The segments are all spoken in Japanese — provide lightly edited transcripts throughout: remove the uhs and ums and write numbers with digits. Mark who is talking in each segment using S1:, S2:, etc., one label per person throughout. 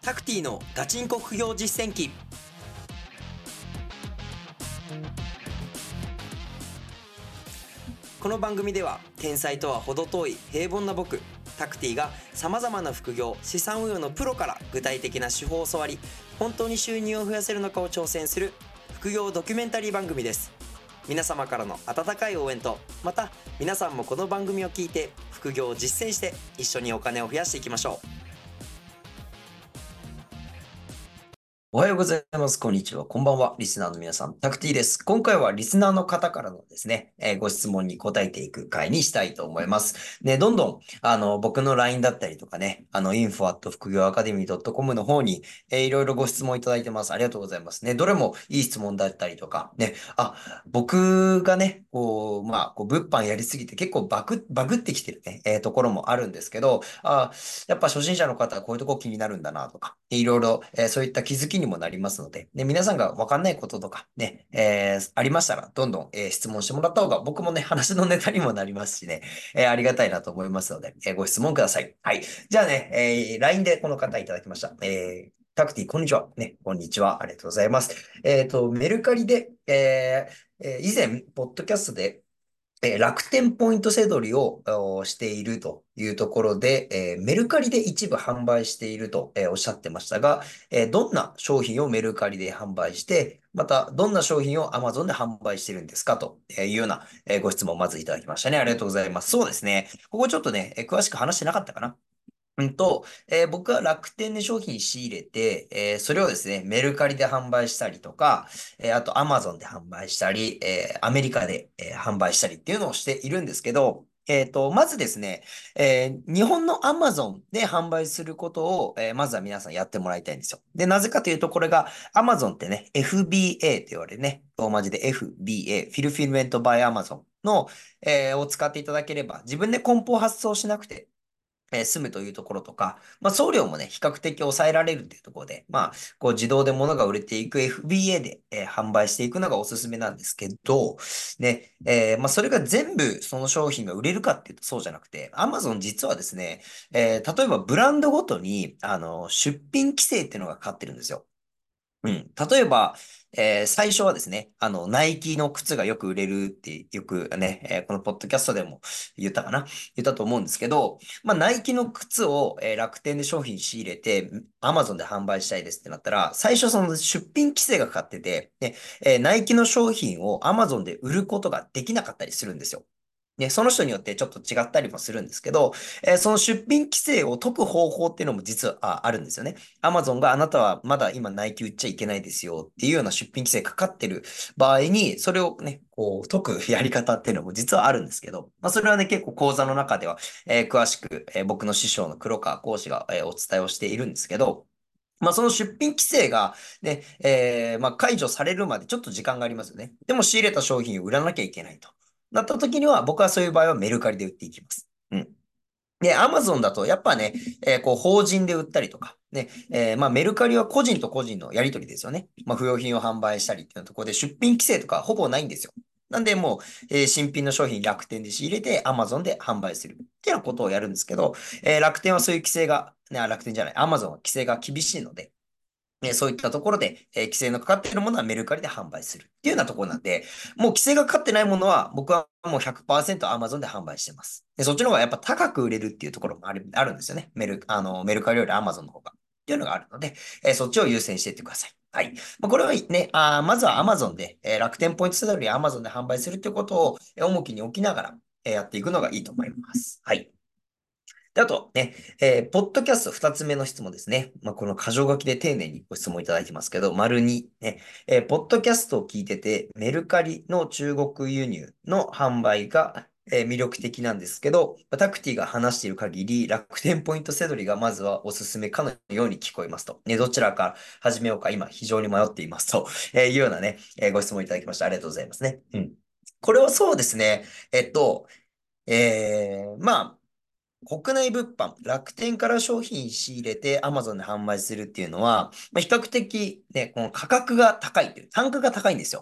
S1: タクティのガチンコ副業実践記。この番組では天才とは程遠い平凡な僕タクティがさまざまな副業資産運用のプロから具体的な手法を教わり、本当に収入を増やせるのかを挑戦する副業ドキュメンタリー番組です。皆様からの温かい応援と、また皆さんもこの番組を聞いて副業を実践して一緒にお金を増やしていきましょう。おはようございます。こんにちは。こんばんは。リスナーの皆さん、タクティです。今回はリスナーの方からのですね、ご質問に答えていく回にしたいと思います。ね、どんどん、僕の LINE だったりとかね、info@ 副業アカデミー .com の方に、いろいろご質問いただいてます。ありがとうございますね。どれもいい質問だったりとか、ね、僕がね、物販やりすぎて結構バグってきてるね、ところもあるんですけど、やっぱ初心者の方はこういうとこ気になるんだなとか、いろいろ、そういった気づきにもなりますので、ね、皆さんがわかんないこととかね、ありましたら、どんどん、質問してもらった方が僕もね、話のネタにもなりますしね、ありがたいなと思いますので、ご質問ください。はい。じゃあね、LINE でこの方いただきました。タクティ、こんにちは。ね、こんにちは。ありがとうございます。メルカリで、以前、ポッドキャストで、楽天ポイントせどりをしているというところで、メルカリで一部販売していると、おっしゃってましたが、どんな商品をメルカリで販売して、またどんな商品を Amazon で販売してるんですかというような、ご質問をまずいただきましたね。ありがとうございます。そうですね。ここちょっとね、詳しく話してなかったかな。僕は楽天で商品仕入れて、それをですね、メルカリで販売したりとか、あとアマゾンで販売したり、アメリカで、販売したりっていうのをしているんですけど、まずですね、日本のアマゾンで販売することを、まずは皆さんやってもらいたいんですよ。で、なぜかというと、これがアマゾンってね、FBA って言われるね、ローマ字で FBA、フィルフィルメントバイアマゾンの、を使っていただければ、自分で梱包発送しなくて、済むというところとか、送料もね、比較的抑えられるというところで、こう自動で物が売れていく FBA で、販売していくのがおすすめなんですけど、ね、それが全部その商品が売れるかっていうとそうじゃなくて、Amazon 実はですね、例えばブランドごとに、出品規制っていうのがかかってるんですよ。うん。例えば、最初はですね、ナイキの靴がよく売れるってよくね、このポッドキャストでも言ったかな言ったと思うんですけど、ナイキの靴を、楽天で商品仕入れて、アマゾンで販売したいですってなったら、最初その出品規制がかかってて、ね、ナイキの商品をアマゾンで売ることができなかったりするんですよ。ね、その人によってちょっと違ったりもするんですけど、その出品規制を解く方法っていうのも実はあるんですよね。アマゾンがあなたはまだ今ナイキ売っちゃいけないですよっていうような出品規制かかってる場合に、それをね、こう解くやり方っていうのも実はあるんですけど、それはね、結構講座の中では、詳しく、僕の師匠の黒川講師が、お伝えをしているんですけど、その出品規制がね、解除されるまでちょっと時間がありますよね。でも仕入れた商品を売らなきゃいけないと。なった時には、僕はそういう場合はメルカリで売っていきます。うん。で、アマゾンだと、やっぱね、こう、法人で売ったりとか、ね、メルカリは個人と個人のやり取りですよね。不用品を販売したりっていうところで、出品規制とかほぼないんですよ。なんで、もう、新品の商品楽天で仕入れて、アマゾンで販売するっていうようなことをやるんですけど、楽天はそういう規制が、ね、楽天じゃない、アマゾンは規制が厳しいので、そういったところで、規制のかかっているものはメルカリで販売するっていうようなところなんで、もう規制がかかってないものは僕はもう 100% Amazon で販売してます。で、そっちの方がやっぱ高く売れるっていうところもあるんですよね。メルカリより Amazon の方が。っていうのがあるので、そっちを優先していってください。はい。これはね、まずは Amazon で、楽天ポイントセドリ Amazon で販売するっていうことを、重きに置きながら、やっていくのがいいと思います。はい。で、あとね、ポッドキャスト二つ目の質問ですね。この箇条書きで丁寧にご質問いただいてますけど、丸にね、ポッドキャストを聞いてて、メルカリの中国輸入の販売が、魅力的なんですけど、タクティが話している限り、楽天ポイントセドリがまずはおすすめかのように聞こえますと。ね、どちらか始めようか、今非常に迷っていますと、いうようなね、ご質問いただきました。ありがとうございますね。うん。これはそうですね。国内物販、楽天から商品仕入れて Amazon で販売するっていうのは、比較的ね、この価格が高いっていう、単価が高いんですよ。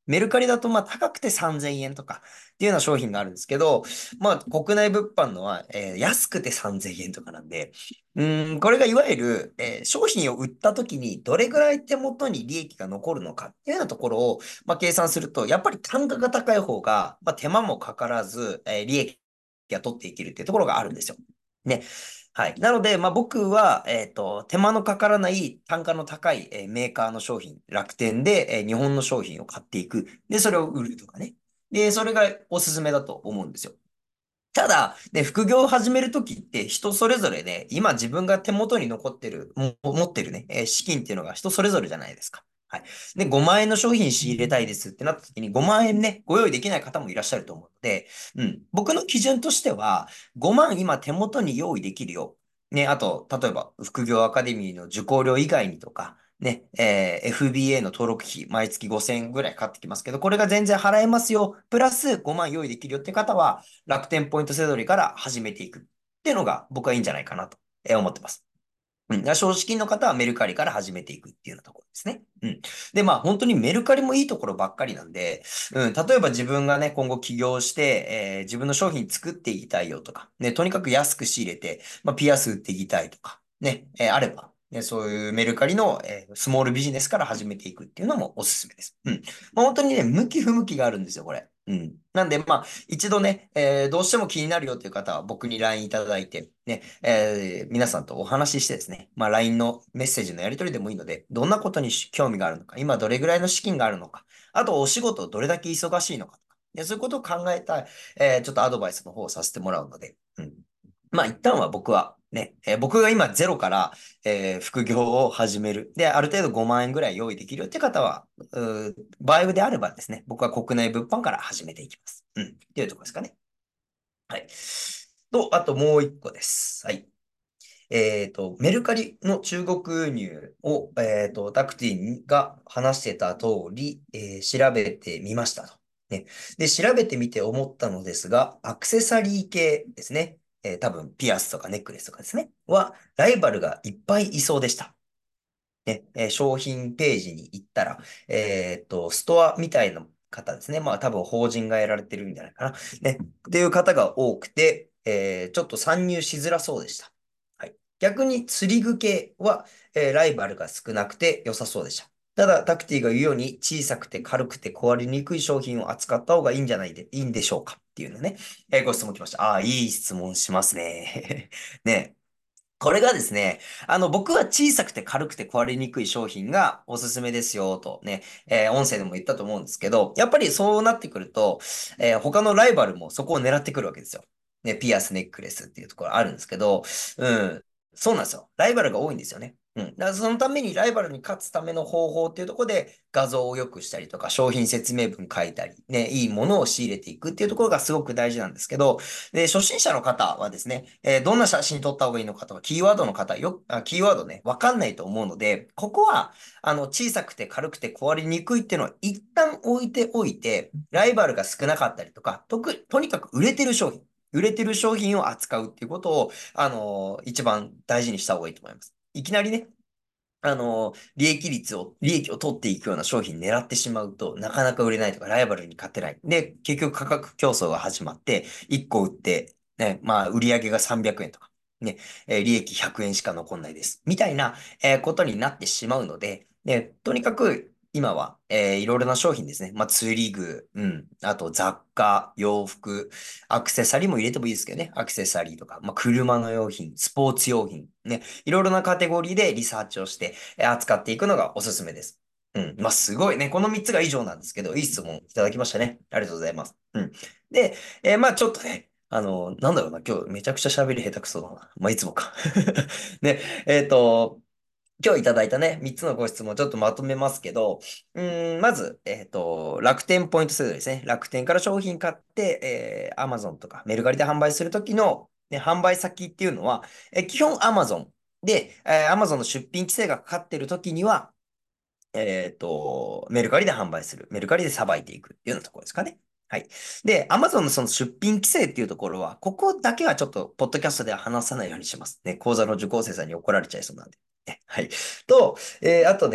S1: メルカリだとまあ高くて3000円とかっていうような商品があるんですけど、まあ国内物販のは、安くて3000円とかなんで、これがいわゆる、商品を売った時にどれぐらい手元に利益が残るのかっていうようなところを、まあ、計算すると、やっぱり単価が高い方が、まあ、手間もかからず、利益が取っていけるっていうところがあるんですよ。ね。はい。なので、まあ、僕は、手間のかからない単価の高い、メーカーの商品、楽天で、日本の商品を買っていく。で、それを売るとかね。で、それがおすすめだと思うんですよ。ただ、ね、副業を始めるときって人それぞれで、今自分が手元に残ってる、持ってるね、資金っていうのが人それぞれじゃないですか。はい。で、5万円の商品仕入れたいですってなったときに5万円ね、ご用意できない方もいらっしゃると思うので、僕の基準としては、5万今手元に用意できるよ。ね、あと、例えば、副業アカデミーの受講料以外にとか、ね、FBA の登録費、毎月5000円ぐらいかかってきますけど、これが全然払えますよ。プラス5万用意できるよって方は、楽天ポイントセドリから始めていくっていうのが僕はいいんじゃないかなと思ってます。正直の方はメルカリから始めていくっていうようなところですね。で、まあ本当にメルカリもいいところばっかりなんで、例えば自分がね、今後起業して、自分の商品作っていきたいよとか、ね、とにかく安く仕入れて、まあ、ピアス売っていきたいとか、ね、あれば、ね、そういうメルカリの、スモールビジネスから始めていくっていうのもおすすめです。まあ、本当にね、向き不向きがあるんですよ、これ。なんで、まあ、一度ね、どうしても気になるよという方は僕に LINE いただいて、ね、皆さんとお話ししてですね、まあ、LINE のメッセージのやり取りでもいいので、どんなことに興味があるのか、今どれぐらいの資金があるのか、あとお仕事どれだけ忙しいのかとか、そういうことを考えた、ちょっとアドバイスの方をさせてもらうので、まあ一旦は僕はね、僕が今ゼロから、副業を始める。で、ある程度5万円ぐらい用意できるよって方は、場合であればですね、僕は国内物販から始めていきます。っていうところですかね。はい。と、あともう一個です。はい。メルカリの中国輸入を、タクティが話してた通り、調べてみましたと。ね。で、調べてみて思ったのですが、アクセサリー系ですね。多分、ピアスとかネックレスとかですね。は、ライバルがいっぱいいそうでした。ね、商品ページに行ったら、ストアみたいな方ですね。まあ多分法人がやられてるんじゃないかな。ね。っていう方が多くて、ちょっと参入しづらそうでした。はい。逆に釣り具系は、ライバルが少なくて良さそうでした。ただ、タクティが言うように小さくて軽くて壊れにくい商品を扱った方がいいんじゃないで、いいんでしょうかっていうのね、ご質問来ました。ああ、いい質問しますね。ね。これがですね、僕は小さくて軽くて壊れにくい商品がおすすめですよとね、音声でも言ったと思うんですけど、やっぱりそうなってくると、他のライバルもそこを狙ってくるわけですよ。ね、ピアス、ネックレスっていうところあるんですけど、うん、そうなんですよ。ライバルが多いんですよね。だからそのためにライバルに勝つための方法っていうところで画像を良くしたりとか商品説明文書いたり、ね、いいものを仕入れていくっていうところがすごく大事なんですけど、で、初心者の方はですね、どんな写真撮った方がいいのかとか、キーワードの方、キーワードね、わかんないと思うので、ここは、小さくて軽くて壊れにくいっていうのは一旦置いておいて、ライバルが少なかったりとか、とにかく売れてる商品を扱うっていうことを、一番大事にした方がいいと思います。いきなりね、利益を取っていくような商品狙ってしまうとなかなか売れないとか、ライバルに勝てない。で、結局価格競争が始まって、1個売って、ね、まあ、売上が300円とか、ね、利益100円しか残んないです。みたいな、ことになってしまうので、ね、とにかく、今は、いろいろな商品ですね。まあ、釣り具、あと雑貨、洋服、アクセサリーも入れてもいいですけどね。アクセサリーとか、まあ、車の用品、スポーツ用品、ね。いろいろなカテゴリーでリサーチをして、扱っていくのがおすすめです。まあ、すごいね。この3つが以上なんですけど、いい質問いただきましたね。ありがとうございます。で、まあ、ちょっとね、なんだろうな、今日めちゃくちゃ喋り下手くそだな。まあ、いつもか。ね、今日いただいたね、3つのご質問をちょっとまとめますけど、まず、楽天ポイント制度ですね。楽天から商品買って、Amazon とかメルカリで販売するときの、ね、販売先っていうのは、基本 Amazon で、Amazon の出品規制がかかっているときには、メルカリで販売する。メルカリでさばいていくっていうようなところですかね。はい。で、Amazon のその出品規制っていうところは、ここだけはちょっと、ポッドキャストでは話さないようにします。ね、講座の受講生さんに怒られちゃいそうなんで。ねはい。と、あとね、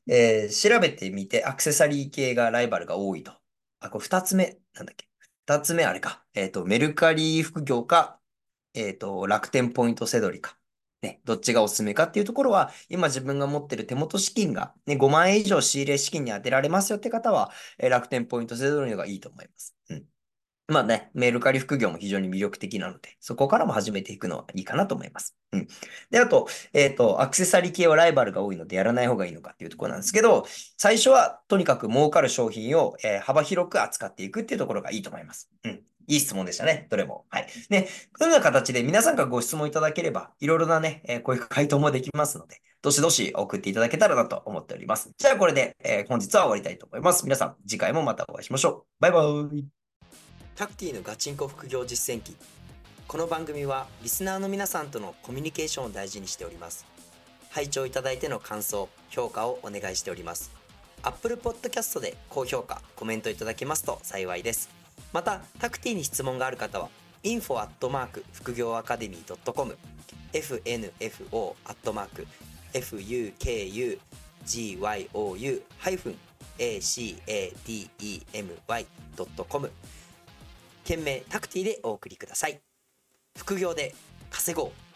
S1: 調べてみて、アクセサリー系がライバルが多いと。これ二つ目、なんだっけ。二つ目あれか。メルカリ副業か、楽天ポイントせどりか。ね、どっちがおすすめかっていうところは、今自分が持ってる手元資金が、ね、5万円以上仕入れ資金に当てられますよって方は、楽天ポイントせどりのがいいと思います。うん。まあね、メルカリ副業も非常に魅力的なので、そこからも始めていくのはいいかなと思います。うん。で、あと、アクセサリー系はライバルが多いのでやらない方がいいのかっていうところなんですけど、最初はとにかく儲かる商品を、幅広く扱っていくっていうところがいいと思います。うん。いい質問でしたね。どれも。はい。で、このような形で皆さんからご質問いただければ、いろいろなね、こういう回答もできますので、どしどし送っていただけたらなと思っております。じゃあこれで、本日は終わりたいと思います。皆さん、次回もまたお会いしましょう。バイバイ。タクティのガチンコ副業実践記。この番組はリスナーの皆さんとのコミュニケーションを大事にしております。拝聴いただいての感想、評価をお願いしております。Apple Podcast で高評価、コメントいただけますと幸いです。また、タクティに質問がある方は、info@ 副業アカデミー .com、fnfo@fukugyou-academy.com、件名タクティでお送りください。副業で稼ごう。